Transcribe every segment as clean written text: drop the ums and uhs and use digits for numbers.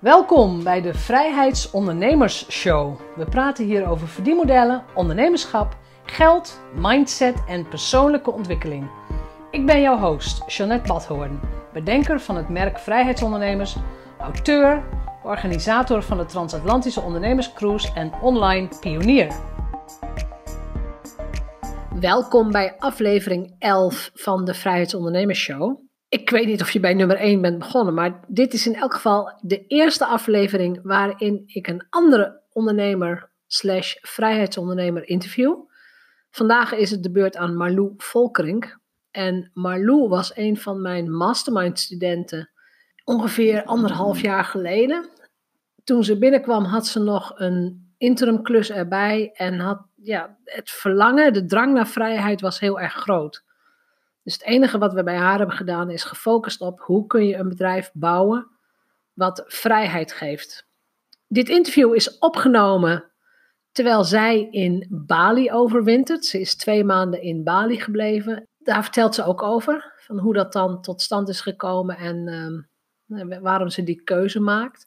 Welkom bij de Vrijheidsondernemers Show. We praten hier over verdienmodellen, ondernemerschap, geld, mindset en persoonlijke ontwikkeling. Ik ben jouw host, Jeanette Badhoorn, bedenker van het merk Vrijheidsondernemers, auteur, organisator van de Transatlantische Ondernemerscruise en online pionier. Welkom bij aflevering 11 van de Vrijheidsondernemers Show. Ik weet niet of je bij nummer 1 bent begonnen, maar dit is in elk geval de eerste aflevering waarin ik een andere ondernemer / vrijheidsondernemer interview. Vandaag is het de beurt aan Marlou Volkerink. En Marlou was een van mijn mastermind studenten ongeveer 1,5 jaar geleden. Toen ze binnenkwam had ze nog een interimklus erbij en had het verlangen, de drang naar vrijheid was heel erg groot. Dus het enige wat we bij haar hebben gedaan is gefocust op hoe kun je een bedrijf bouwen wat vrijheid geeft. Dit interview is opgenomen terwijl zij in Bali overwintert. Ze is 2 maanden in Bali gebleven. Daar vertelt ze ook over, van hoe dat dan tot stand is gekomen en waarom ze die keuze maakt.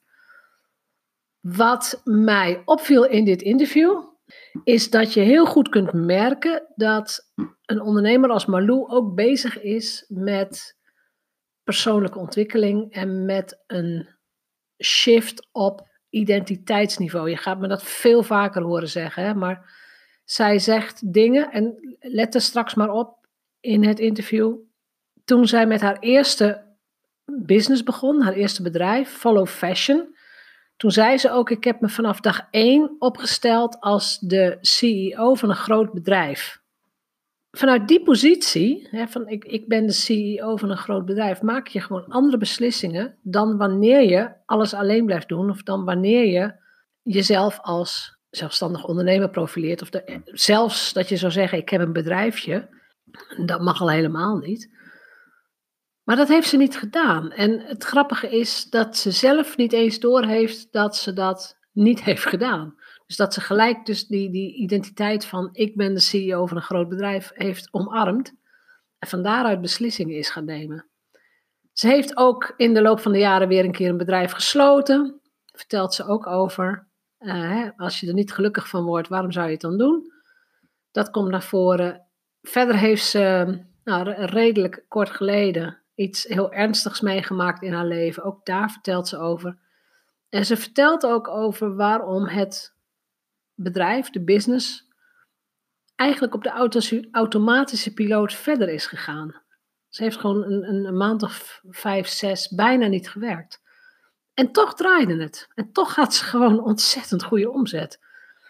Wat mij opviel in dit interview is dat je heel goed kunt merken dat een ondernemer als Marlou ook bezig is met persoonlijke ontwikkeling en met een shift op identiteitsniveau. Je gaat me dat veel vaker horen zeggen, hè? Maar zij zegt dingen, en let er straks maar op in het interview. Toen zij met haar eerste business begon, haar eerste bedrijf, Follow Fashion, toen zei ze ook, ik heb me vanaf dag 1 opgesteld als de CEO van een groot bedrijf. Vanuit die positie, van ik ben de CEO van een groot bedrijf, maak je gewoon andere beslissingen dan wanneer je alles alleen blijft doen of dan wanneer je jezelf als zelfstandig ondernemer profileert. Of zelfs dat je zou zeggen, ik heb een bedrijfje, dat mag al helemaal niet. Maar dat heeft ze niet gedaan. En het grappige is dat ze zelf niet eens doorheeft dat ze dat niet heeft gedaan. Dus dat ze gelijk dus die identiteit van ik ben de CEO van een groot bedrijf heeft omarmd. En van daaruit beslissingen is gaan nemen. Ze heeft ook in de loop van de jaren weer een keer een bedrijf gesloten. Vertelt ze ook over. Als je er niet gelukkig van wordt, waarom zou je het dan doen? Dat komt naar voren. Verder heeft ze redelijk kort geleden iets heel ernstigs meegemaakt in haar leven. Ook daar vertelt ze over. En ze vertelt ook over waarom het bedrijf, de business, eigenlijk op de automatische piloot verder is gegaan. Ze heeft gewoon een maand of 5, 6 bijna niet gewerkt. En toch draaide het. En toch had ze gewoon ontzettend goede omzet.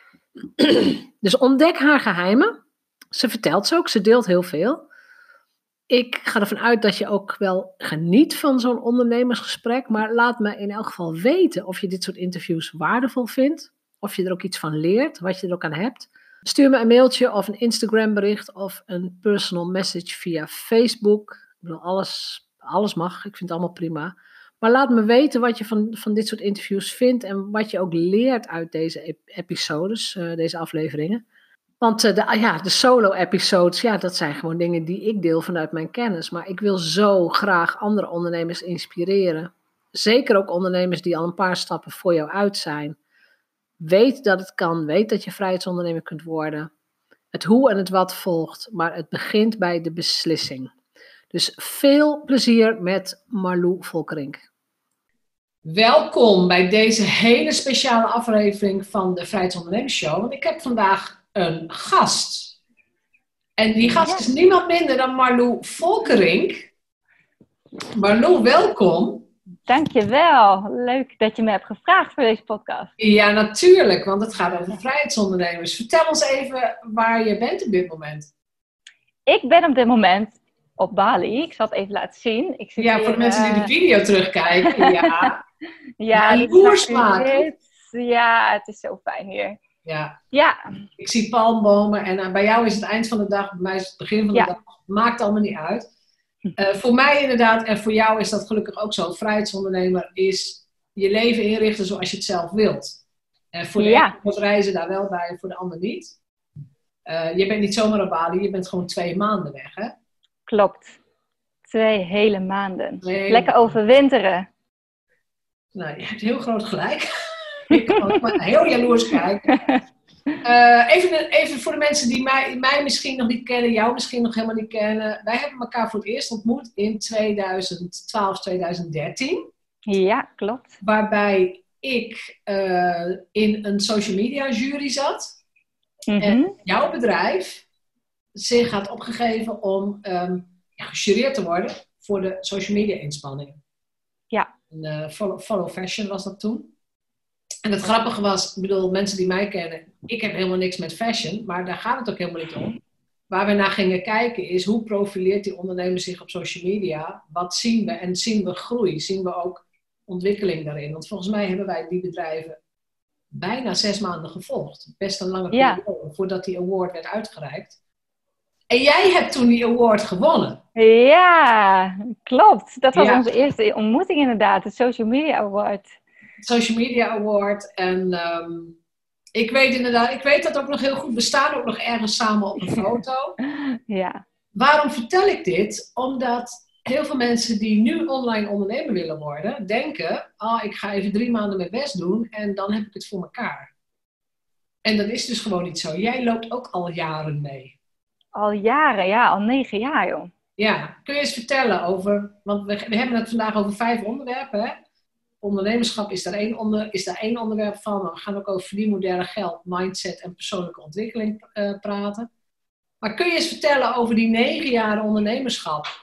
Dus ontdek haar geheimen. Ze vertelt ze ook, ze deelt heel veel. Ik ga ervan uit dat je ook wel geniet van zo'n ondernemersgesprek, maar laat me in elk geval weten of je dit soort interviews waardevol vindt, of je er ook iets van leert, wat je er ook aan hebt. Stuur me een mailtje of een Instagram bericht of een personal message via Facebook. Ik bedoel, alles mag, ik vind het allemaal prima. Maar laat me weten wat je van dit soort interviews vindt en wat je ook leert uit deze episodes, deze afleveringen. Want de solo-episodes, dat zijn gewoon dingen die ik deel vanuit mijn kennis. Maar ik wil zo graag andere ondernemers inspireren. Zeker ook ondernemers die al een paar stappen voor jou uit zijn. Weet dat het kan, weet dat je vrijheidsondernemer kunt worden. Het hoe en het wat volgt, maar het begint bij de beslissing. Dus veel plezier met Marlou Volkerink. Welkom bij deze hele speciale aflevering van de Vrijheidsondernemers Show. Want ik heb vandaag een gast. En die gast is niemand minder dan Marlou Volkerink. Marlou, welkom. Dankjewel. Leuk dat je me hebt gevraagd voor deze podcast. Ja, natuurlijk, want het gaat over vrijheidsondernemers. Vertel ons even waar je bent op dit moment. Ik ben op dit moment op Bali. Ik zal het even laten zien. Voor de mensen die de video terugkijken. Ja, het is zo fijn hier. Ja. Ik zie palmbomen en bij jou is het eind van de dag, bij mij is het begin van de dag. Maakt allemaal niet uit. Voor mij inderdaad, en voor jou is dat gelukkig ook zo. Vrijheidsondernemer is je leven inrichten zoals je het zelf wilt. En voor de ene wordt reizen daar wel bij, voor de ander niet. Je bent niet zomaar op Bali, je bent gewoon 2 maanden weg, hè? Klopt. 2 hele maanden. Lekker overwinteren. Nou, je hebt heel groot gelijk. Ik kan ook maar heel jaloers kijken. Even voor de mensen die mij misschien nog niet kennen, jou misschien nog helemaal niet kennen. Wij hebben elkaar voor het eerst ontmoet in 2012, 2013. Ja, klopt. Waarbij ik in een social media jury zat. Mhm. En jouw bedrijf zich had opgegeven om gejureerd te worden voor de social media inspanningen. Ja. Follow Fashion was dat toen. En het grappige was, ik bedoel, mensen die mij kennen, ik heb helemaal niks met fashion, maar daar gaat het ook helemaal niet om. Waar we naar gingen kijken is, hoe profileert die ondernemer zich op social media? Wat zien we? En zien we groei? Zien we ook ontwikkeling daarin? Want volgens mij hebben wij die bedrijven bijna 6 maanden gevolgd. Best een lange periode voordat die award werd uitgereikt. En jij hebt toen die award gewonnen. Ja, klopt. Dat was onze eerste ontmoeting inderdaad, de Social Media Award. Social Media Award. En ik weet dat ook nog heel goed. We staan ook nog ergens samen op een foto. Ja. Waarom vertel ik dit? Omdat heel veel mensen die nu online ondernemer willen worden, denken, ik ga even 3 maanden mijn best doen en dan heb ik het voor elkaar. En dat is dus gewoon niet zo. Jij loopt ook al jaren mee. Al jaren, ja. Al 9 jaar, joh. Ja, kun je eens vertellen over, want we hebben het vandaag over 5 onderwerpen, hè? Ondernemerschap is daar één onderwerp van. We gaan ook over verdienmodellen, geld, mindset en persoonlijke ontwikkeling praten. Maar kun je eens vertellen over die 9 jaar ondernemerschap?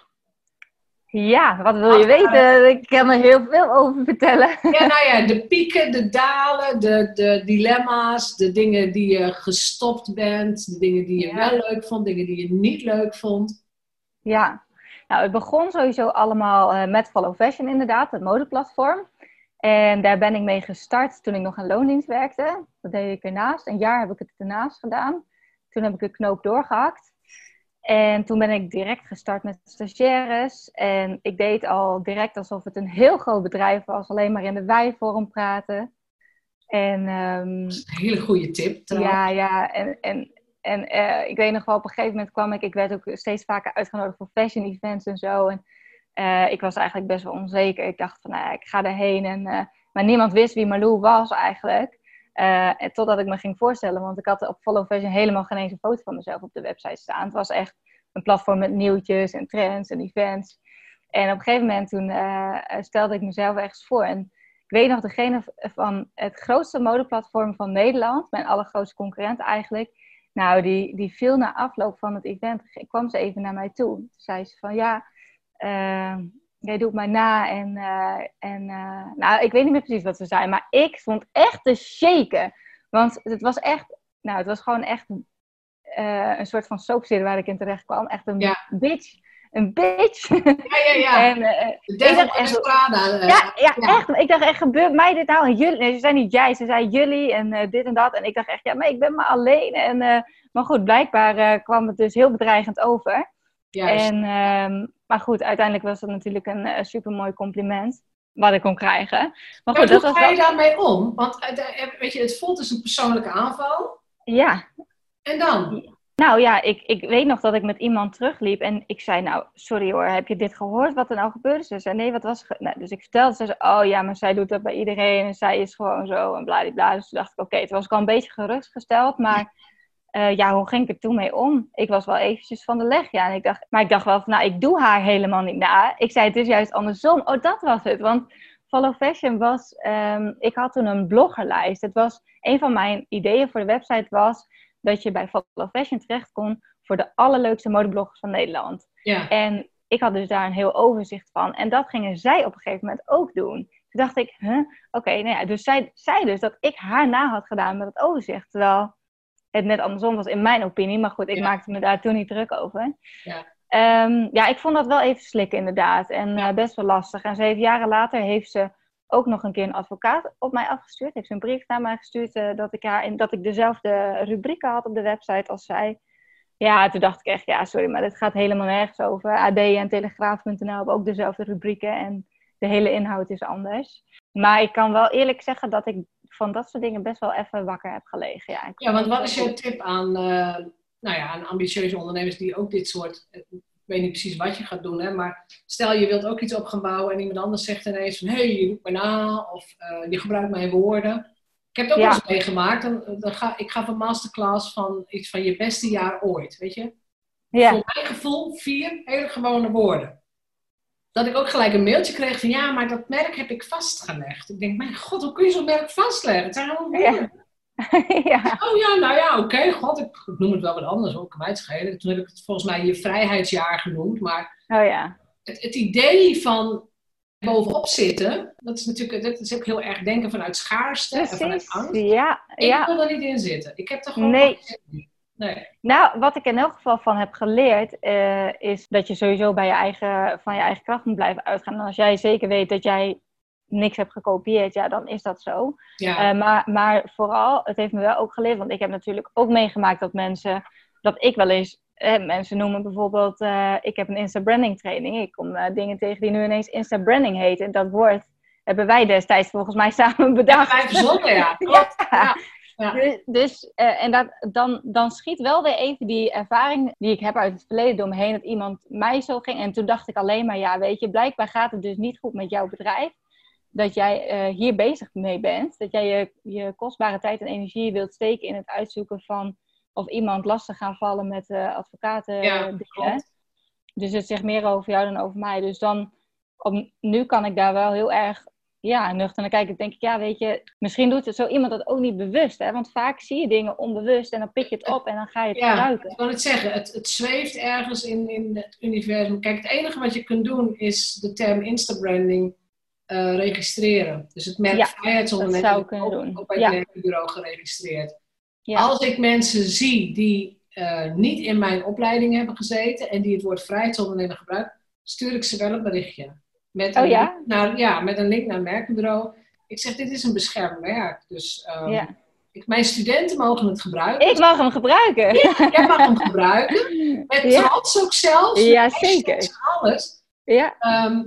Ja, wat wil je weten? Ik kan er heel veel over vertellen. Ja, nou ja, de pieken, de dalen, de dilemma's, de dingen die je gestopt bent, de dingen die je wel leuk vond, dingen die je niet leuk vond. Ja, nou het begon sowieso allemaal met Follow Fashion inderdaad, het modeplatform. En daar ben ik mee gestart toen ik nog in loondienst werkte. Dat deed ik ernaast. Een jaar heb ik het ernaast gedaan. Toen heb ik de knoop doorgehakt. En toen ben ik direct gestart met stagiaires. En ik deed al direct alsof het een heel groot bedrijf was. Alleen maar in de wij-vorm praten. En, dat is een hele goede tip trouwens. Ja. En ik weet nog wel, op een gegeven moment ik werd ook steeds vaker uitgenodigd voor fashion events en zo. En ik was eigenlijk best wel onzeker. Ik dacht van, ik ga erheen. Maar niemand wist wie Marlou was eigenlijk. En totdat ik me ging voorstellen. Want ik had op Follow Fashion helemaal geen eens een foto van mezelf op de website staan. Het was echt een platform met nieuwtjes en trends en events. En op een gegeven moment toen stelde ik mezelf ergens voor. En ik weet nog, degene van het grootste modeplatform van Nederland. Mijn allergrootste concurrent eigenlijk. Nou, die viel na afloop van het event. Kwam ze even naar mij toe. Toen zei ze van, jij doet mij na nou, ik weet niet meer precies wat ze zei, maar ik stond echt te shaken. Want het was echt, het was gewoon echt een soort van soapserie waar ik in terecht kwam. Echt een bitch. Een bitch. Ja. En, de Devil Wears Prada. Echt. Ik dacht echt, gebeurt mij dit nou? En jullie, nee, ze zei niet jij, ze zei jullie en dit en dat. En ik dacht echt, maar ik ben maar alleen. En, maar goed, blijkbaar kwam het dus heel bedreigend over. Juist. Maar goed, uiteindelijk was het natuurlijk een supermooi compliment wat ik kon krijgen. Maar goed, hoe ga je daarmee om? Want weet je, het voelt als een persoonlijke aanval. Ja. En dan? Nou ja, ik weet nog dat ik met iemand terugliep en ik zei, nou, sorry hoor, heb je dit gehoord wat er nou gebeurde? Ze zei, nee, wat was het? Nou, dus ik vertelde, ze zei, maar zij doet dat bij iedereen en zij is gewoon zo en bladibla. Dus toen dacht ik, oké, toen was ik al een beetje gerustgesteld, maar hoe ging ik er toen mee om? Ik was wel eventjes van de leg, ja. En ik dacht wel van, ik doe haar helemaal niet na. Ik zei, het is juist andersom. Oh, dat was het. Want Follow Fashion was, ik had toen een bloggerlijst. Het was, een van mijn ideeën voor de website was dat je bij Follow Fashion terecht kon voor de allerleukste modebloggers van Nederland. Ja. En ik had dus daar een heel overzicht van. En dat gingen zij op een gegeven moment ook doen. Toen dacht ik, oké, dus zij zei dus dat ik haar na had gedaan met het overzicht. Terwijl het net andersom was in mijn opinie. Maar goed, ik maakte me daar toen niet druk over. Ja. Ik vond dat wel even slikken inderdaad. En best wel lastig. En 7 jaren later heeft ze ook nog een keer een advocaat op mij afgestuurd. Heeft ze een brief naar mij gestuurd dat ik dezelfde rubrieken had op de website als zij. Ja, toen dacht ik echt, sorry, maar dit gaat helemaal nergens over. AD en Telegraaf.nl hebben ook dezelfde rubrieken en de hele inhoud is anders. Maar ik kan wel eerlijk zeggen dat ik van dat soort dingen best wel even wakker heb gelegen. Ja, want wat is jouw tip aan ambitieuze ondernemers die ook dit soort weet niet precies wat je gaat doen, hè, maar stel je wilt ook iets op gaan bouwen en iemand anders zegt ineens van, hey, je doet me na, of je gebruikt mijn woorden. Ik heb het ook wel eens meegemaakt. Ik gaf een masterclass van iets van je beste jaar ooit, weet je. Ja. Voor mijn gevoel 4 hele gewone woorden. Dat ik ook gelijk een mailtje kreeg van, ja, maar dat merk heb ik vastgelegd. Ik denk, mijn god, hoe kun je zo'n merk vastleggen? Het zijn allemaal woorden. Ja. Oh ja, nou ja, oké, god, ik noem het wel wat anders, ook kan mij het schelen. Toen heb ik het volgens mij je vrijheidsjaar genoemd, maar het idee van bovenop zitten, dat is ook heel erg denken vanuit schaarste en vanuit angst. Ik wil er niet in zitten. Ik heb er gewoon Nee. Nou, wat ik in elk geval van heb geleerd, is dat je sowieso van je eigen kracht moet blijven uitgaan. En als jij zeker weet dat jij niks hebt gekopieerd, ja, dan is dat zo. Ja. Maar vooral, het heeft me wel ook geleerd, want ik heb natuurlijk ook meegemaakt dat ik wel eens, mensen noemen bijvoorbeeld, ik heb een Insta-branding training. Ik kom dingen tegen die nu ineens Insta-branding heten. Dat woord hebben wij destijds volgens mij samen bedacht. Ja, wij verzonnen, ja. Klopt. Ja. Ja. Dus dan schiet wel weer even die ervaring die ik heb uit het verleden door me heen, dat iemand mij zo ging. En toen dacht ik alleen maar, ja, weet je, blijkbaar gaat het dus niet goed met jouw bedrijf. Dat jij hier bezig mee bent. Dat jij je kostbare tijd en energie wilt steken in het uitzoeken van of iemand lastig gaan vallen met advocaten. Klopt. Dus het zegt meer over jou dan over mij. Dus nu kan ik daar wel heel erg nuchter naar kijken. Denk ik, ja, weet je, misschien doet het zo iemand dat ook niet bewust. Hè? Want vaak zie je dingen onbewust en dan pik je het op en dan ga je het gebruiken. Ik wil het zeggen, het zweeft ergens in het universum. Kijk, het enige wat je kunt doen is de term Insta-branding registreren. Dus het merk vrijheidsonderneming ook bij het merkenbureau geregistreerd. Ja. Als ik mensen zie die niet in mijn opleiding hebben gezeten en die het woord vrijheidsondernemer gebruiken, stuur ik ze wel een berichtje. Met een link naar het merkenbureau. Ik zeg, dit is een beschermd merk. Dus mijn studenten mogen het gebruiken. Ik mag hem gebruiken. Ja, jij mag hem gebruiken. Met trots ook zelfs. Ja, zeker. Alles. Ja.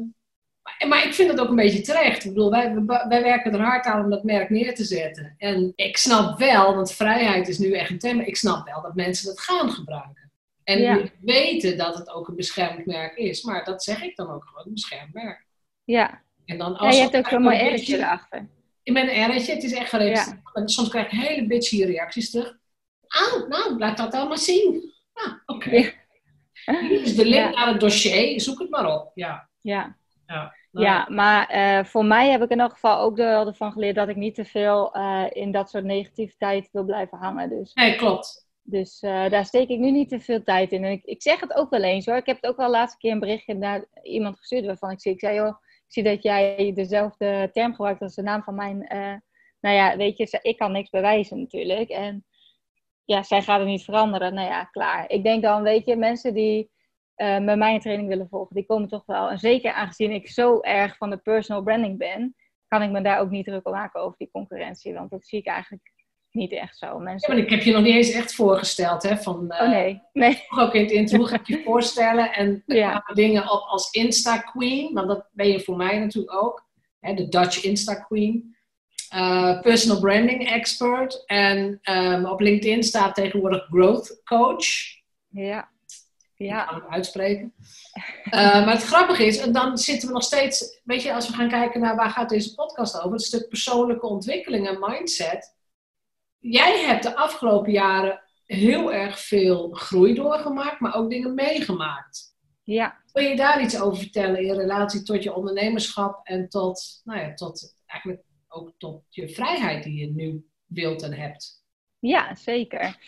Maar ik vind het ook een beetje terecht. Ik bedoel, wij werken er hard aan om dat merk neer te zetten. En ik snap wel, want vrijheid is nu echt een thema. Ik snap wel dat mensen dat gaan gebruiken. En weten dat het ook een beschermd merk is. Maar dat zeg ik dan ook gewoon, een beschermd merk. Ja. En dan je hebt ook zo'n mooi R'tje erachter. Ik ben een R'tje, het is echt geregistreerd. En soms krijg ik hele bitchy reacties terug. Nou, laat dat allemaal zien. Oké. Hier is de link naar het dossier, zoek het maar op. Ja, maar voor mij heb ik in elk geval ook ervan geleerd dat ik niet te veel in dat soort negativiteit wil blijven hangen. Dus. Nee, klopt. Dus daar steek ik nu niet te veel tijd in. En ik zeg het ook wel eens hoor. Ik heb het ook wel de laatste keer een berichtje naar iemand gestuurd waarvan ik zei, joh, ik zie dat jij dezelfde term gebruikt als de naam van mijn... weet je, ik kan niks bewijzen natuurlijk. En ja, zij gaat het niet veranderen. Nou ja, klaar. Ik denk dan, weet je, mensen die met mij een training willen volgen, die komen toch wel. En zeker aangezien ik zo erg van de personal branding ben, kan ik me daar ook niet druk om maken over die concurrentie. Want dat zie ik eigenlijk niet echt zo. Mensen... Ja, maar ik heb je nog niet eens echt voorgesteld, hè? Nee. Ook in het interview ga ik je voorstellen. En er kwamen dingen op als Insta Queen. Want dat ben je voor mij natuurlijk ook. Hè, de Dutch Insta Queen. Personal Branding Expert. En op LinkedIn staat tegenwoordig Growth Coach. Ja. Ik kan het uitspreken. Maar het grappige is, en dan zitten we nog steeds... Weet je, als we gaan kijken naar waar gaat deze podcast over. Het stuk persoonlijke ontwikkeling en mindset. Jij hebt de afgelopen jaren heel erg veel groei doorgemaakt, maar ook dingen meegemaakt. Ja. Wil je daar iets over vertellen in relatie tot je ondernemerschap en tot eigenlijk ook tot je vrijheid die je nu wilt en hebt? Ja, zeker.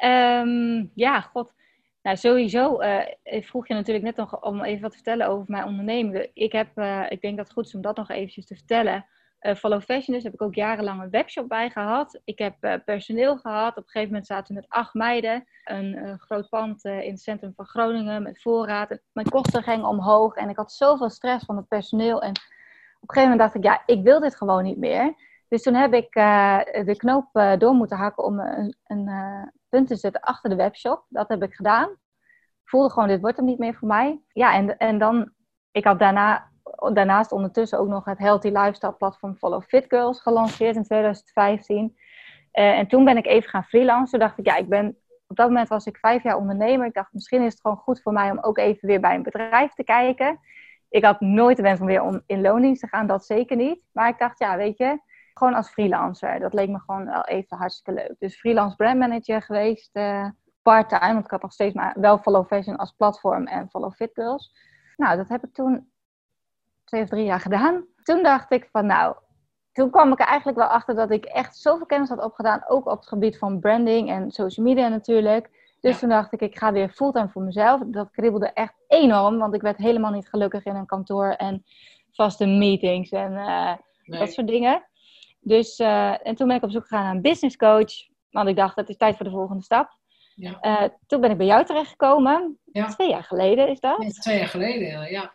Nou, sowieso vroeg je natuurlijk net nog om even wat te vertellen over mijn onderneming. Ik denk dat het goed is om dat nog eventjes te vertellen. Follow Fashion dus heb ik ook jarenlang een webshop bij gehad. Ik heb personeel gehad. Op een gegeven moment zaten we met 8 meiden. Een groot pand in het centrum van Groningen met voorraad. Mijn kosten gingen omhoog en ik had zoveel stress van het personeel. En op een gegeven moment dacht ik, ja, ik wil dit gewoon niet meer. Dus toen heb ik de knoop door moeten hakken om een punt te zetten achter de webshop. Dat heb ik gedaan. Ik voelde gewoon, dit wordt hem niet meer voor mij. Ja, en dan, ik had daarnaast ondertussen ook nog het Healthy Lifestyle platform Follow Fit Girls gelanceerd in 2015. En toen ben ik even gaan freelancen. Toen dacht ik, ja, ik ben op dat moment was ik 5 jaar ondernemer. Ik dacht, misschien is het gewoon goed voor mij om ook even weer bij een bedrijf te kijken. Ik had nooit de wens om weer om in loondienst te gaan, dat zeker niet. Maar ik dacht, ja, weet je, gewoon als freelancer. Dat leek me gewoon wel even hartstikke leuk. Dus freelance brandmanager geweest, part-time. Want ik had nog steeds maar wel Follow Fashion als platform en Follow Fit Girls. Nou, dat heb ik toen 2 of 3 jaar gedaan. Toen dacht ik van toen kwam ik er eigenlijk wel achter dat ik echt zoveel kennis had opgedaan. Ook op het gebied van branding en social media natuurlijk. Dus toen dacht ik ga weer fulltime voor mezelf. Dat kriebelde echt enorm, want ik werd helemaal niet gelukkig in een kantoor en vaste meetings en dat soort dingen. Dus, en toen ben ik op zoek gegaan naar een business coach, want ik dacht, het is tijd voor de volgende stap. Ja. Toen ben ik bij jou terechtgekomen. Ja. 2 jaar geleden is dat? Ja, 2 jaar geleden, ja.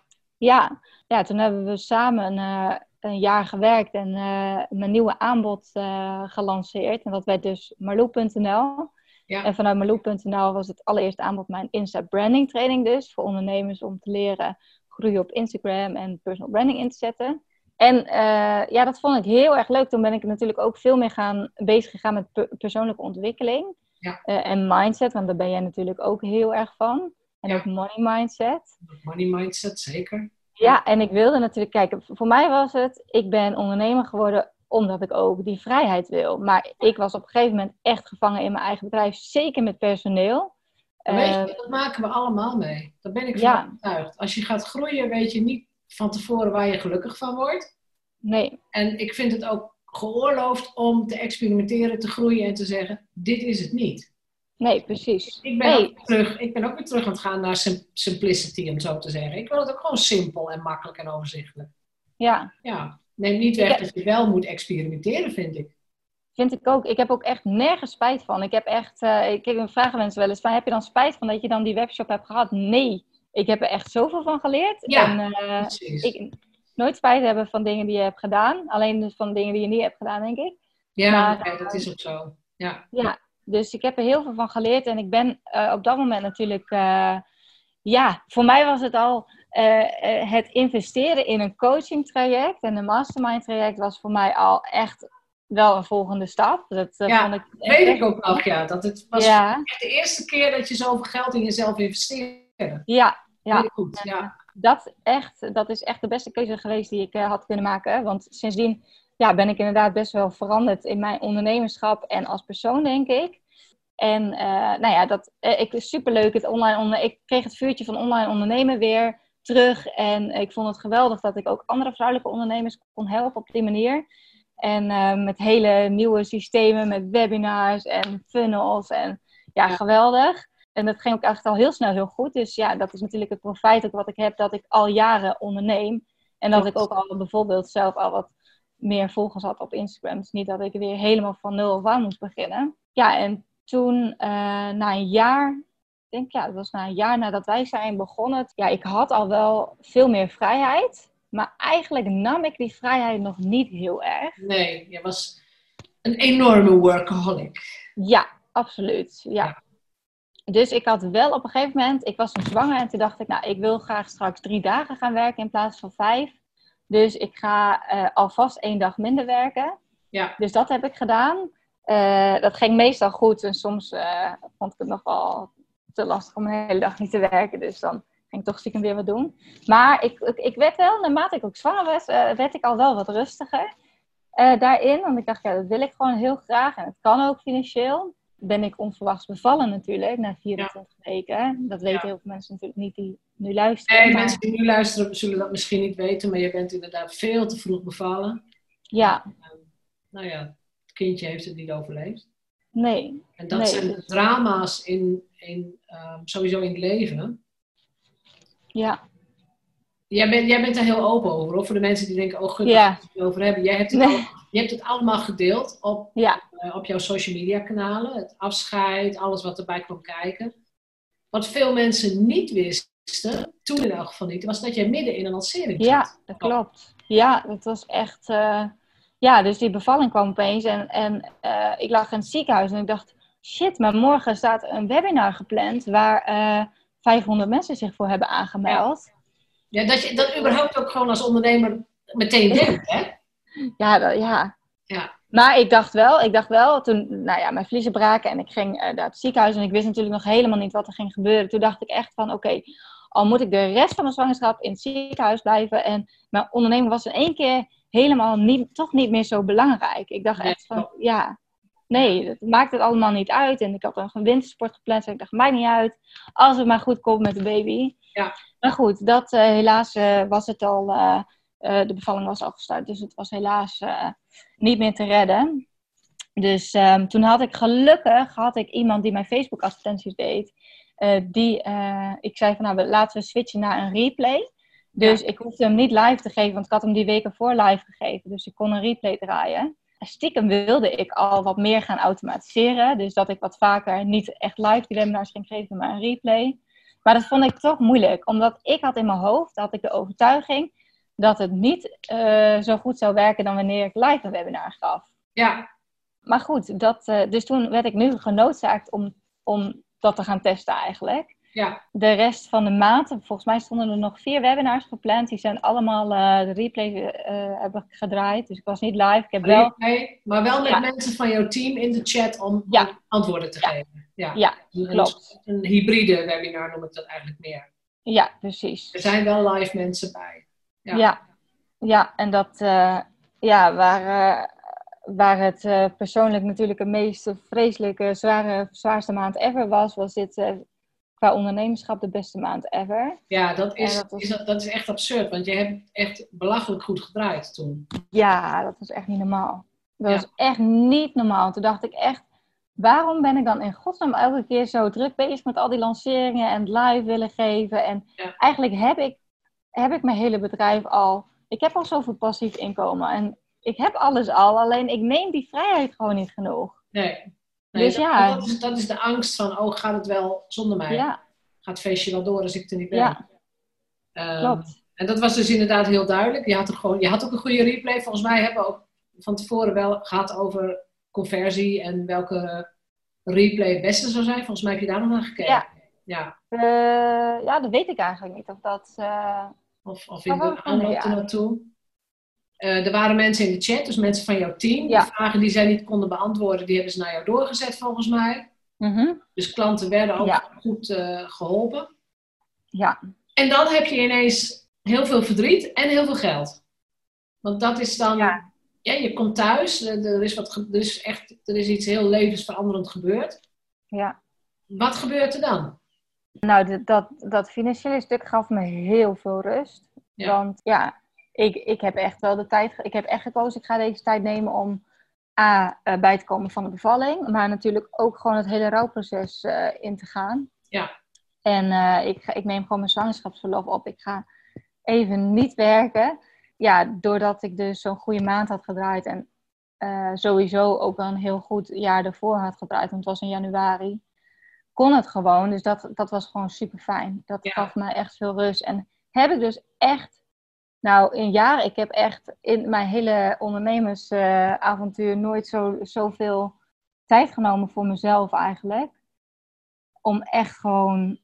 Ja, toen hebben we samen een jaar gewerkt en mijn nieuwe aanbod gelanceerd. En dat werd dus Marloe.nl. Ja. En vanuit Marloe.nl was het allereerste aanbod mijn Insta branding training dus. Voor ondernemers om te leren groeien op Instagram en personal branding in te zetten. En dat vond ik heel erg leuk. Toen ben ik natuurlijk ook veel meer bezig gegaan met persoonlijke ontwikkeling. Ja. En mindset, want daar ben jij natuurlijk ook heel erg van. En ook money mindset. Money mindset, zeker. Ja, en ik wilde natuurlijk, kijk, voor mij was het, ik ben ondernemer geworden omdat ik ook die vrijheid wil. Maar ik was op een gegeven moment echt gevangen in mijn eigen bedrijf, zeker met personeel. Weet je, dat maken we allemaal mee. Daar ben ik van overtuigd. Als je gaat groeien, weet je niet van tevoren waar je gelukkig van wordt. Nee. En ik vind het ook geoorloofd om te experimenteren, te groeien en te zeggen, dit is het niet. Nee, precies. Ik ben ook weer terug aan het gaan naar simplicity, om zo te zeggen. Ik wil het ook gewoon simpel en makkelijk en overzichtelijk. Ja. Neem niet weg dat je wel moet experimenteren, vind ik. Vind ik ook. Ik heb ook echt nergens spijt van. Ik heb echt, ik vragen mensen wel eens van, heb je dan spijt van dat je dan die webshop hebt gehad? Nee. Ik heb er echt zoveel van geleerd. Ja, precies. Nooit spijt hebben van dingen die je hebt gedaan. Alleen dus van dingen die je niet hebt gedaan, denk ik. Ja, dat is ook zo. Ja. Dus ik heb er heel veel van geleerd. En ik ben op dat moment natuurlijk... voor mij was het al... het investeren in een coaching traject. En een mastermind traject was voor mij al echt wel een volgende stap. Dat vond ik weet ik ook nog. Ja, dat het was echt de eerste keer dat je zoveel geld in jezelf investeerde. Ja. Goed, Dat is echt de beste keuze geweest die ik had kunnen maken. Want sindsdien ben ik inderdaad best wel veranderd in mijn ondernemerschap en als persoon, denk ik. En ik is superleuk. Ik kreeg het vuurtje van online ondernemen weer terug. En ik vond het geweldig dat ik ook andere vrouwelijke ondernemers kon helpen op die manier. En met hele nieuwe systemen, met webinars en funnels. En geweldig. En dat ging ook echt al heel snel heel goed. Dus dat is natuurlijk het profijt ook wat ik heb, dat ik al jaren onderneem. En dat ik ook al bijvoorbeeld zelf al wat meer volgers had op Instagram. Dus niet dat ik weer helemaal van 0 af aan moest beginnen. Ja, en toen na een jaar, dat was na een jaar nadat wij zijn begonnen. Ja, ik had al wel veel meer vrijheid. Maar eigenlijk nam ik die vrijheid nog niet heel erg. Nee, je was een enorme workaholic. Ja, absoluut. Ja. Dus ik had wel op een gegeven moment, ik was toen zwanger en toen dacht ik, ik wil graag straks 3 dagen gaan werken in plaats van 5. Dus ik ga alvast 1 dag minder werken. Ja. Dus dat heb ik gedaan. Dat ging meestal goed en soms vond ik het nog wel te lastig om een hele dag niet te werken. Dus dan ging ik toch stiekem weer wat doen. Maar ik werd wel, naarmate ik ook zwanger was, werd ik al wel wat rustiger daarin. Want ik dacht, dat wil ik gewoon heel graag en het kan ook financieel. Ben ik onverwachts bevallen natuurlijk, na 24 weken. Dat weten heel veel mensen natuurlijk niet die nu luisteren. Nee, mensen die nu luisteren zullen dat misschien niet weten, maar je bent inderdaad veel te vroeg bevallen. Ja. Het kindje heeft het niet overleefd. Nee. En dat zijn de drama's sowieso in het leven. Ja. Jij bent daar heel open over, hoor. Voor de mensen die denken, daar gaan we het over hebben. Je hebt het allemaal gedeeld op jouw social media kanalen. Het afscheid, alles wat erbij kwam kijken. Wat veel mensen niet wisten, toen in elk geval niet, was dat jij midden in een lancering zat. Ja, dat klopt. Ja, dat was echt... dus die bevalling kwam opeens en ik lag in het ziekenhuis en ik dacht, shit, maar morgen staat een webinar gepland waar 500 mensen zich voor hebben aangemeld. Ja, dat je dat überhaupt ook gewoon als ondernemer meteen denkt, hè? Ja. Maar ik dacht wel, toen mijn vliezen braken en ik ging naar het ziekenhuis en ik wist natuurlijk nog helemaal niet wat er ging gebeuren. Toen dacht ik echt van, oké, al moet ik de rest van mijn zwangerschap in het ziekenhuis blijven en mijn onderneming was in één keer helemaal toch niet meer zo belangrijk. Ik dacht echt van, nee, dat maakt het allemaal niet uit. En ik had een wintersport gepland, dus ik dacht, maakt niet uit, als het maar goed komt met de baby. Ja. Maar goed, helaas was het al, de bevalling was al gestart, dus het was helaas niet meer te redden. Dus toen had ik gelukkig iemand die mijn Facebook advertenties deed. Ik zei van nou, laten we switchen naar een replay. Dus ik hoefde hem niet live te geven, want ik had hem die weken voor live gegeven. Dus ik kon een replay draaien. En stiekem wilde ik al wat meer gaan automatiseren. Dus dat ik wat vaker niet echt live die webinars ging geven, maar een replay. Maar dat vond ik toch moeilijk. Omdat ik had in mijn hoofd, had ik de overtuiging dat het niet zo goed zou werken dan wanneer ik live een webinar gaf. Ja. Maar goed, dus toen werd ik nu genoodzaakt om dat te gaan testen eigenlijk. Ja. De rest van de maand, volgens mij stonden er nog 4 webinars gepland. Die zijn allemaal de replay hebben gedraaid. Dus ik was niet live. Ik heb replay, maar wel met mensen van jouw team in de chat om antwoorden te geven. Ja, klopt. Een hybride webinar noem ik dat eigenlijk meer. Ja, precies. Er zijn wel live mensen bij. Ja, en dat waar het persoonlijk natuurlijk de meest vreselijke, zwaarste maand ever was dit qua ondernemerschap de beste maand ever. Ja, dat is echt absurd, want je hebt echt belachelijk goed gedraaid toen. Ja, dat was echt niet normaal. Dat was echt niet normaal. Toen dacht ik echt, waarom ben ik dan in godsnaam elke keer zo druk bezig met al die lanceringen en live willen geven? En eigenlijk heb ik mijn hele bedrijf al. Ik heb al zoveel passief inkomen en ik heb alles al, alleen ik neem die vrijheid gewoon niet genoeg. Nee, dus dat is de angst van, gaat het wel zonder mij? Ja. Gaat het feestje wel door als ik er niet ben? Ja, klopt. En dat was dus inderdaad heel duidelijk. Je had ook een goede replay. Volgens mij hebben we ook van tevoren wel gehad over conversie en welke replay het beste zou zijn. Volgens mij heb je daar nog naar gekeken. Ja, dat weet ik eigenlijk niet. Of dat... Of in de aanloop naartoe. Er waren mensen in de chat, dus mensen van jouw team. De vragen die zij niet konden beantwoorden, die hebben ze naar jou doorgezet volgens mij. Mm-hmm. Dus klanten werden ook goed geholpen. Ja. En dan heb je ineens heel veel verdriet en heel veel geld. Want dat is dan... Ja, je komt thuis, er is iets heel levensveranderend gebeurd. Ja. Wat gebeurt er dan? Nou, dat financiële stuk gaf me heel veel rust. Ja. Want ik heb echt wel de tijd... Ik heb echt gekozen, ik ga deze tijd nemen om bij te komen van de bevalling. Maar natuurlijk ook gewoon het hele rouwproces in te gaan. Ja. En ik neem gewoon mijn zwangerschapsverlof op. Ik ga even niet werken. Ja, doordat ik dus zo'n goede maand had gedraaid. En sowieso ook wel een heel goed jaar ervoor had gedraaid. Want het was in januari. Kon het gewoon. Dus dat was gewoon super fijn. Dat gaf mij echt veel rust. En heb ik dus echt... Nou, ik heb echt in mijn hele ondernemersavontuur nooit zoveel tijd genomen voor mezelf eigenlijk. Om echt gewoon,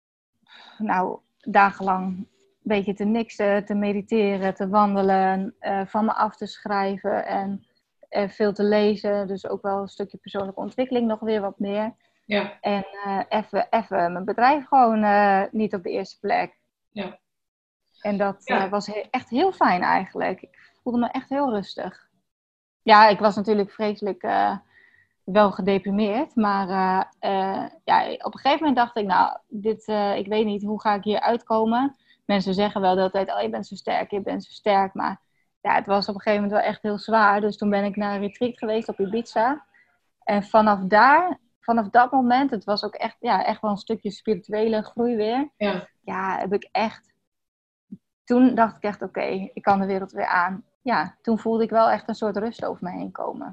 dagenlang een beetje te niksen, te mediteren, te wandelen, van me af te schrijven en veel te lezen. Dus ook wel een stukje persoonlijke ontwikkeling nog weer wat meer. Ja. En even mijn bedrijf gewoon niet op de eerste plek. Ja. En dat was echt heel fijn eigenlijk. Ik voelde me echt heel rustig. Ja, ik was natuurlijk vreselijk wel gedeprimeerd. Maar op een gegeven moment dacht ik, ik weet niet, hoe ga ik hier uitkomen? Mensen zeggen wel de hele tijd, je bent zo sterk. Maar het was op een gegeven moment wel echt heel zwaar. Dus toen ben ik naar een retreat geweest op Ibiza. En vanaf dat moment, het was ook echt wel een stukje spirituele groei weer. Ja, heb ik echt... Toen dacht ik echt, oké, ik kan de wereld weer aan. Ja, toen voelde ik wel echt een soort rust over me heen komen.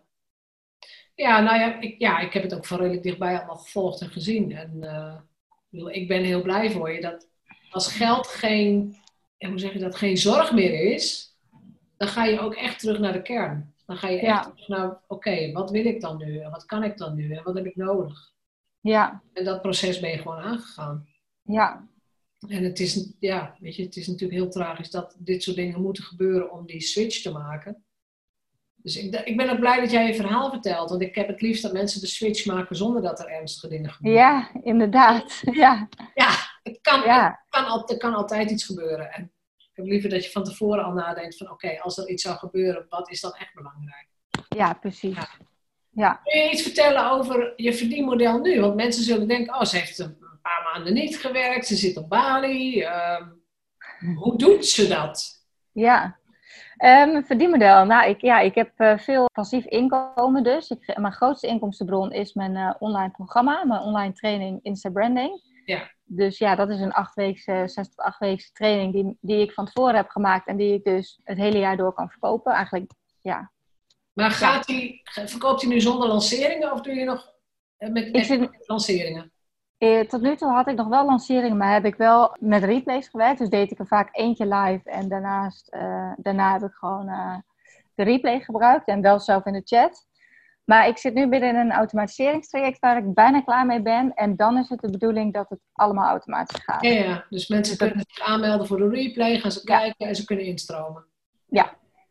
Ik heb het ook van redelijk dichtbij allemaal gevolgd en gezien. En ik ben heel blij voor je dat als geld geen zorg meer is, dan ga je ook echt terug naar de kern. Dan ga je echt terug naar, oké, wat wil ik dan nu? En wat kan ik dan nu? En wat heb ik nodig? Ja. En dat proces ben je gewoon aangegaan. Ja. En het is natuurlijk heel tragisch dat dit soort dingen moeten gebeuren om die switch te maken. Dus ik ben ook blij dat jij je verhaal vertelt. Want ik heb het liefst dat mensen de switch maken zonder dat er ernstige dingen gebeuren. Ja, inderdaad. Ja, Ja, ja, er kan altijd iets gebeuren. En ik heb liever dat je van tevoren al nadenkt van oké, als er iets zou gebeuren, wat is dan echt belangrijk? ja, precies. Ja. Ja. Kun je iets vertellen over je verdienmodel nu? Want mensen zullen denken, oh, ze heeft een paar maanden niet gewerkt, ze zit op Bali. Hoe doet ze dat? Ja, verdienmodel. Nou, ik heb veel passief inkomen dus. Mijn grootste inkomstenbron is mijn online programma, mijn online training Insta Branding. Ja. Dus ja, dat is een 6 tot 8 weekse training die ik van tevoren heb gemaakt en die ik dus het hele jaar door kan verkopen. Eigenlijk, ja. Maar verkoopt hij nu zonder lanceringen of doe je nog met lanceringen? Tot nu toe had ik nog wel lanceringen, maar heb ik wel met replays gewerkt. Dus deed ik er vaak eentje live en daarna heb ik gewoon de replay gebruikt en wel zelf in de chat. Maar ik zit nu binnen in een automatiseringstraject waar ik bijna klaar mee ben. En dan is het de bedoeling dat het allemaal automatisch gaat. Ja. Dus mensen kunnen zich aanmelden voor de replay, gaan ze kijken en ze kunnen instromen. Ja.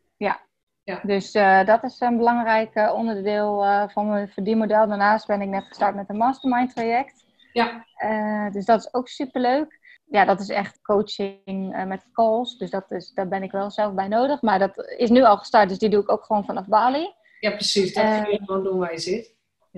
Dus dat is een belangrijk onderdeel van mijn verdienmodel. Daarnaast ben ik net gestart met een mastermind traject. Ja. Dus dat is ook superleuk. Ja, dat is echt coaching met calls. Dus daar ben ik wel zelf bij nodig. Maar dat is nu al gestart, dus die doe ik ook gewoon vanaf Bali. Ja, precies. Dat kun je gewoon doen waar je zit.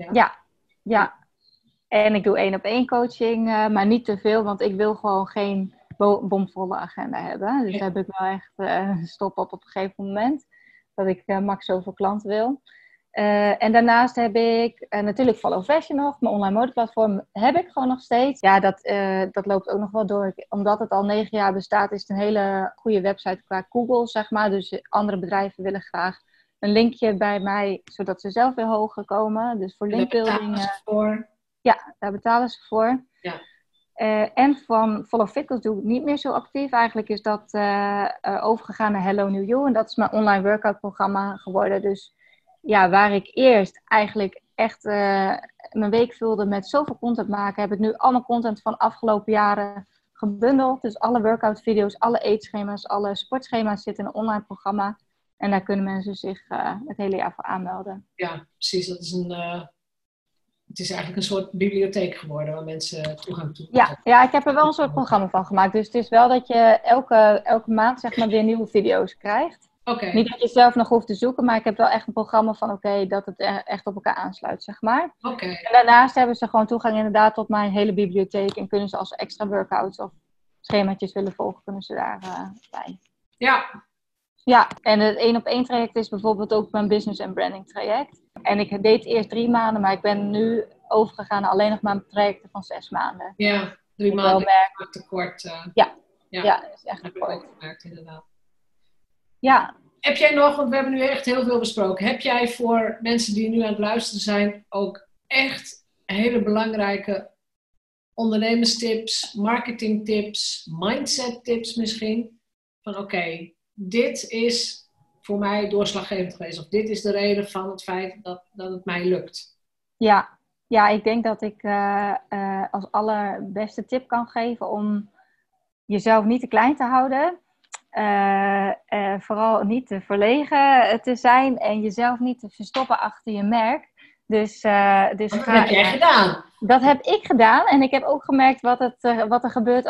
Ja. En ik doe 1-op-1 coaching, maar niet te veel, want ik wil gewoon geen bomvolle agenda hebben. Dus daar heb ik wel echt stop op een gegeven moment. Dat ik max zoveel klanten wil. En daarnaast heb ik natuurlijk Follow Fashion nog. Mijn online modeplatform heb ik gewoon nog steeds. Ja, dat loopt ook nog wel door. Omdat het al 9 jaar bestaat, is het een hele goede website qua Google, zeg maar. Dus andere bedrijven willen graag een linkje bij mij, zodat ze zelf weer hoger komen. Dus voor linkbuilding. Ja, daar betalen ze voor. Ja. En van Follow Fitness doe ik niet meer zo actief. Eigenlijk is dat overgegaan naar Hello New You. En dat is mijn online workout programma geworden. Dus ja, waar ik eerst eigenlijk echt mijn week vulde met zoveel content maken, heb ik nu allemaal content van afgelopen jaren gebundeld. Dus alle workout video's, alle eetschema's, alle sportschema's zitten in een online programma. En daar kunnen mensen zich het hele jaar voor aanmelden. Ja, precies. Dat is het is eigenlijk een soort bibliotheek geworden waar mensen toegang toe hebben. Ja, ik heb er wel een soort programma van gemaakt. Dus het is wel dat je elke maand zeg maar weer nieuwe video's krijgt. Okay. Niet dat je zelf nog hoeft te zoeken, maar ik heb wel echt een programma van dat het echt op elkaar aansluit, zeg maar. Okay. En daarnaast hebben ze gewoon toegang inderdaad tot mijn hele bibliotheek en kunnen ze als extra workouts of schemaatjes willen volgen, kunnen ze daar bij. Ja. Ja, en het 1-op-1 traject is bijvoorbeeld ook mijn business en branding traject. En ik deed eerst 3 maanden, maar ik ben nu overgegaan naar alleen nog maar trajecten van 6 maanden. Ja, 3 maanden is te kort. Ja, dat is echt te kort. Gemerkt, inderdaad. Ja. Heb jij nog, want we hebben nu echt heel veel besproken. Heb jij voor mensen die nu aan het luisteren zijn ook echt hele belangrijke ondernemerstips, marketingtips, mindset tips misschien? Van oké, dit is voor mij doorslaggevend geweest. Of dit is de reden van het feit dat het mij lukt. Ja, ik denk dat ik als allerbeste tip kan geven om jezelf niet te klein te houden. Vooral niet te verlegen te zijn en jezelf niet te verstoppen achter je merk. Dus dat heb jij gedaan. Dat heb ik gedaan en ik heb ook gemerkt wat er gebeurt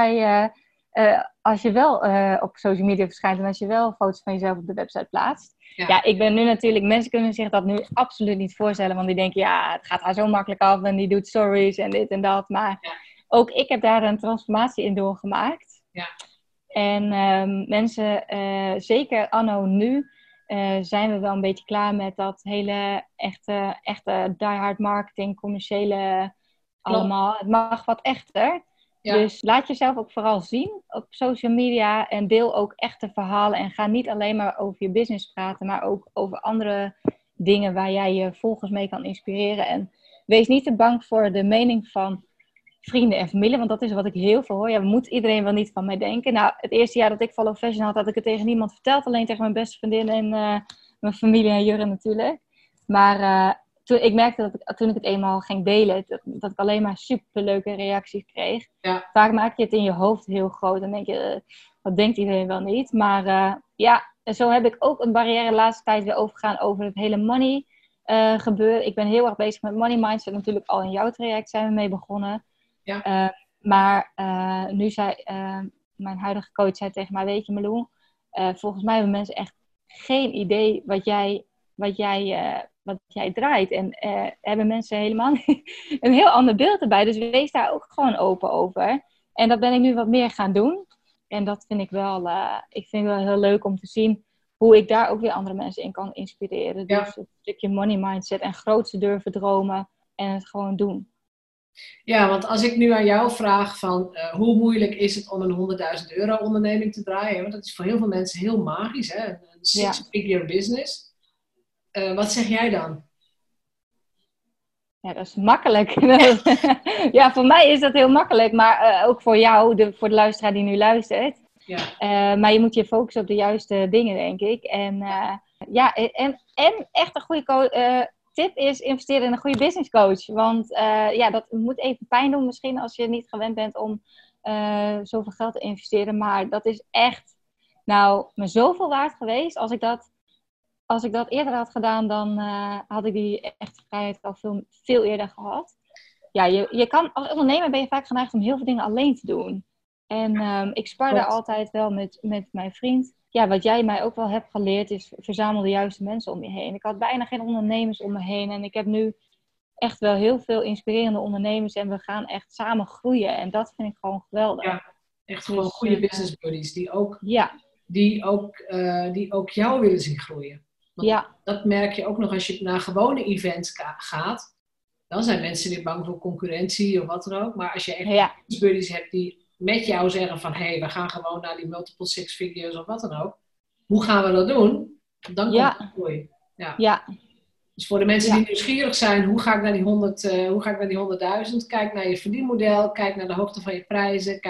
als je wel op social media verschijnt en als je wel foto's van jezelf op de website plaatst. Ja, ik ben nu natuurlijk, mensen kunnen zich dat nu absoluut niet voorstellen, want die denken, ja, het gaat haar zo makkelijk af en die doet stories en dit en dat. Maar ook ik heb daar een transformatie in doorgemaakt. Ja. En mensen, zeker anno nu, zijn we wel een beetje klaar met dat hele echte die-hard marketing, commerciële allemaal. Het mag wat echter. Ja. Dus laat jezelf ook vooral zien op social media en deel ook echte verhalen. En ga niet alleen maar over je business praten, maar ook over andere dingen waar jij je volgers mee kan inspireren. En wees niet te bang voor de mening van vrienden en familie, want dat is wat ik heel veel hoor. Ja, moet iedereen wel niet van mij denken? Nou, het eerste jaar dat ik Follow Fashion had ik het tegen niemand verteld. Alleen tegen mijn beste vriendin en mijn familie en Jurre natuurlijk. Maar ik merkte dat toen ik het eenmaal ging delen, dat ik alleen maar superleuke reacties kreeg. Ja. Vaak maak je het in je hoofd heel groot en denk je, wat denkt iedereen wel niet? Maar zo heb ik ook een barrière de laatste tijd weer overgegaan over het hele money gebeuren. Ik ben heel erg bezig met money mindset. Natuurlijk al in jouw traject zijn we mee begonnen. Ja. Maar nu zei mijn huidige coach zei tegen mij, weet je Malou, volgens mij hebben mensen echt geen idee wat jij draait. En hebben mensen helemaal niet een heel ander beeld erbij. Dus wees daar ook gewoon open over. En dat ben ik nu wat meer gaan doen. En dat vind ik wel, heel leuk om te zien hoe ik daar ook weer andere mensen in kan inspireren. Ja. Dus een stukje money mindset en grootste durven dromen en het gewoon doen. Ja, want als ik nu aan jou vraag van hoe moeilijk is het om een €100.000 onderneming te draaien? Want dat is voor heel veel mensen heel magisch, hè? Een six-figure business. Wat zeg jij dan? Ja, dat is makkelijk. Ja, voor mij is dat heel makkelijk, maar ook voor jou, voor de luisteraar die nu luistert. Ja. Maar je moet je focussen op de juiste dingen, denk ik. En echt een goede tip is investeren in een goede business coach. Want dat moet even pijn doen misschien als je niet gewend bent om zoveel geld te investeren. Maar dat is echt me zoveel waard geweest. Als ik dat eerder had gedaan, dan had ik die echte vrijheid al veel eerder gehad. Ja, je kan, als ondernemer ben je vaak geneigd om heel veel dingen alleen te doen. En ik spar daar altijd wel met mijn vriend. Ja, wat jij mij ook wel hebt geleerd is verzamel de juiste mensen om je heen. Ik had bijna geen ondernemers om me heen. En ik heb nu echt wel heel veel inspirerende ondernemers. En we gaan echt samen groeien. En dat vind ik gewoon geweldig. Ja, echt gewoon goede business buddies die ook jou willen zien groeien. Want dat merk je ook nog als je naar gewone events gaat. Dan zijn mensen weer bang voor concurrentie of wat dan ook. Maar als je echt business buddies hebt die met jou zeggen van we gaan gewoon naar die multiple six figures of wat dan ook. Hoe gaan we dat doen? Dan komt het groei. Ja. Dus voor de mensen die nieuwsgierig zijn, hoe ga ik naar die 100.000? Kijk naar je verdienmodel, kijk naar de hoogte van je prijzen,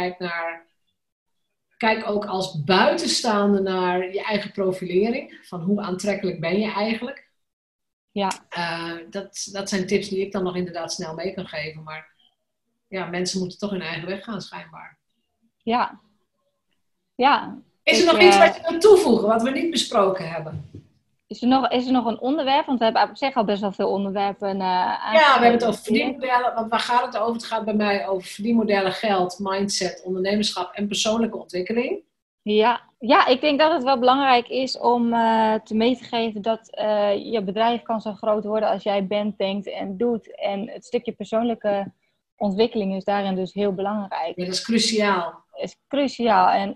kijk ook als buitenstaande naar je eigen profilering. Van hoe aantrekkelijk ben je eigenlijk? Ja. Dat zijn tips die ik dan nog inderdaad snel mee kan geven. Maar ja, mensen moeten toch hun eigen weg gaan schijnbaar. Ja. Is er nog iets wat je wilt toevoegen, wat we niet besproken hebben? Is er nog een onderwerp? Want we hebben op zich al best wel veel onderwerpen aangesproken. Ja, we hebben het over verdienmodellen. Want waar gaat het over? Het gaat bij mij over verdienmodellen, geld, mindset, ondernemerschap en persoonlijke ontwikkeling. Ja, ik denk dat het wel belangrijk is om mee te geven dat je bedrijf kan zo groot worden als jij bent, denkt en doet. En het stukje persoonlijke ontwikkeling is daarin dus heel belangrijk. Ja, dat is cruciaal. Is cruciaal.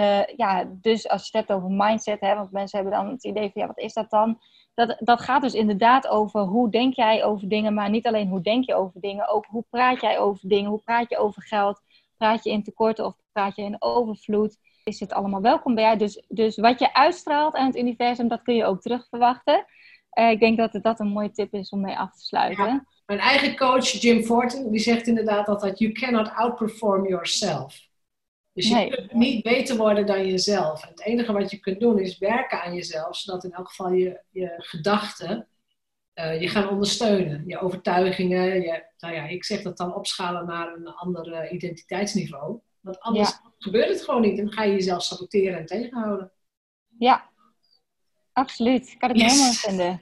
Dus als je het hebt over mindset, want mensen hebben dan het idee van, wat is dat dan? Dat gaat dus inderdaad over hoe denk jij over dingen, maar niet alleen hoe denk je over dingen, ook hoe praat jij over dingen, hoe praat je over geld, praat je in tekorten of praat je in overvloed, is het allemaal welkom bij jou. Dus wat je uitstraalt aan het universum, dat kun je ook terug verwachten. Ik denk dat dat een mooie tip is om mee af te sluiten. Ja. Mijn eigen coach Jim Fortin, die zegt inderdaad altijd, you cannot outperform yourself. Dus je kunt niet beter worden dan jezelf. En het enige wat je kunt doen is werken aan jezelf, zodat in elk geval je gedachten je gaan ondersteunen. Je overtuigingen, ik zeg dat dan opschalen naar een ander identiteitsniveau. Want anders gebeurt het gewoon niet. Dan ga je jezelf saboteren en tegenhouden. Ja, absoluut. Kan ik me helemaal vinden.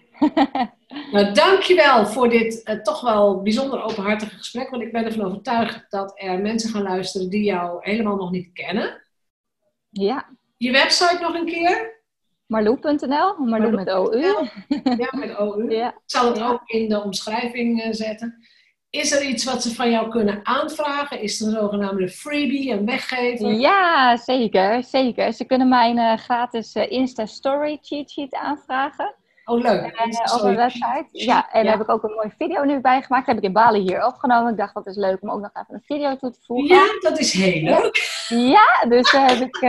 Nou, dankjewel voor dit toch wel bijzonder openhartige gesprek. Want ik ben ervan overtuigd dat er mensen gaan luisteren die jou helemaal nog niet kennen. Ja. Je website nog een keer? Marlou.nl. Marlou met OU. Ja, met OU. Ja. Ik zal het ook in de omschrijving zetten. Is er iets wat ze van jou kunnen aanvragen? Is er een zogenaamde freebie, een weggever? Ja, zeker. Ze kunnen mijn gratis Insta-story cheat sheet aanvragen. Oh, leuk. Op mijn website. Ja, en daar heb ik ook een mooie video nu bij gemaakt. Dat heb ik in Bali hier opgenomen. Ik dacht dat is leuk om ook nog even een video toe te voegen. Ja, dat is heel leuk. Ja, dus daar heb ik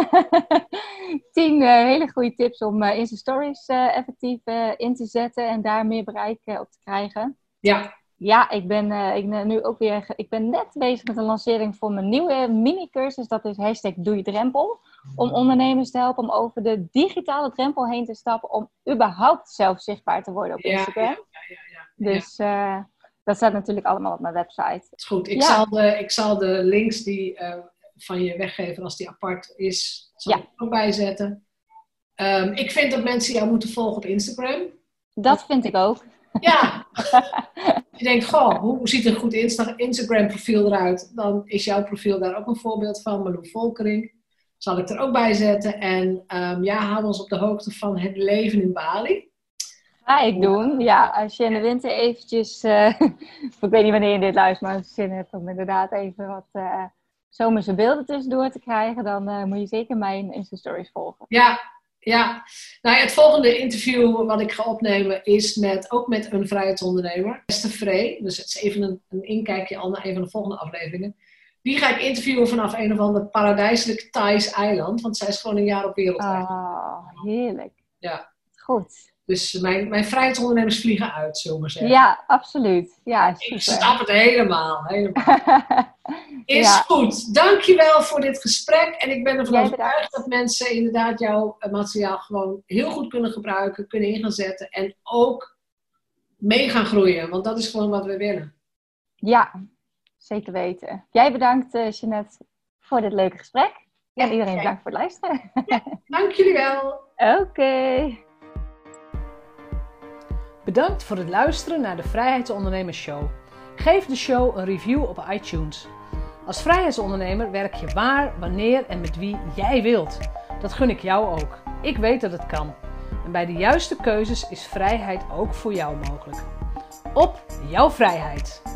10 hele goede tips om Insta Stories effectief in te zetten. En daar meer bereik op te krijgen. Ja. Ja, ik ben net bezig met de lancering voor mijn nieuwe mini-cursus. Dat is #DoeJeDrempel. Om ondernemers te helpen om over de digitale drempel heen te stappen. Om überhaupt zelf zichtbaar te worden op Instagram. Ja. Dus dat staat natuurlijk allemaal op mijn website. Dat is goed. Ik zal de links die van je weggever, als die apart is, zal ik er ook bij zetten. Ik vind dat mensen jou moeten volgen op Instagram. Dat vind ik ook. Ja. Je denkt, goh, hoe ziet een goed Instagram profiel eruit? Dan is jouw profiel daar ook een voorbeeld van. Malou Volkering zal ik er ook bij zetten. En hou ons op de hoogte van het leven in Bali. Ga ik doen. Ja, als je in de winter eventjes... ik weet niet wanneer je dit luistert, maar als je zin hebt om inderdaad even wat zomerse beelden tussendoor te krijgen, dan moet je zeker mijn Insta-stories volgen. Ja. Nou, het volgende interview wat ik ga opnemen is ook met een vrijheidsondernemer, Esther Vree. Dus het is even een inkijkje al naar een van de volgende afleveringen. Die ga ik interviewen vanaf een of ander paradijselijk Thais eiland, want zij is gewoon een jaar op wereldreis. Oh, heerlijk. Ja. Goed. Dus mijn vrijheidsondernemers vliegen uit, zullen we zeggen. Ja, absoluut. Ja, super. Ik snap het helemaal. Is goed. Dankjewel voor dit gesprek. En ik ben ervan overtuigd dat mensen inderdaad jouw materiaal gewoon heel goed kunnen gebruiken, kunnen in gaan zetten en ook mee gaan groeien. Want dat is gewoon wat we willen. Ja, zeker weten. Jij bedankt, Jeanette, voor dit leuke gesprek. En iedereen bedankt voor het luisteren. Ja, dank jullie wel. Oké. Bedankt voor het luisteren naar de Vrijheidsondernemers Show. Geef de show een review op iTunes. Als vrijheidsondernemer werk je waar, wanneer en met wie jij wilt. Dat gun ik jou ook. Ik weet dat het kan. En bij de juiste keuzes is vrijheid ook voor jou mogelijk. Op jouw vrijheid!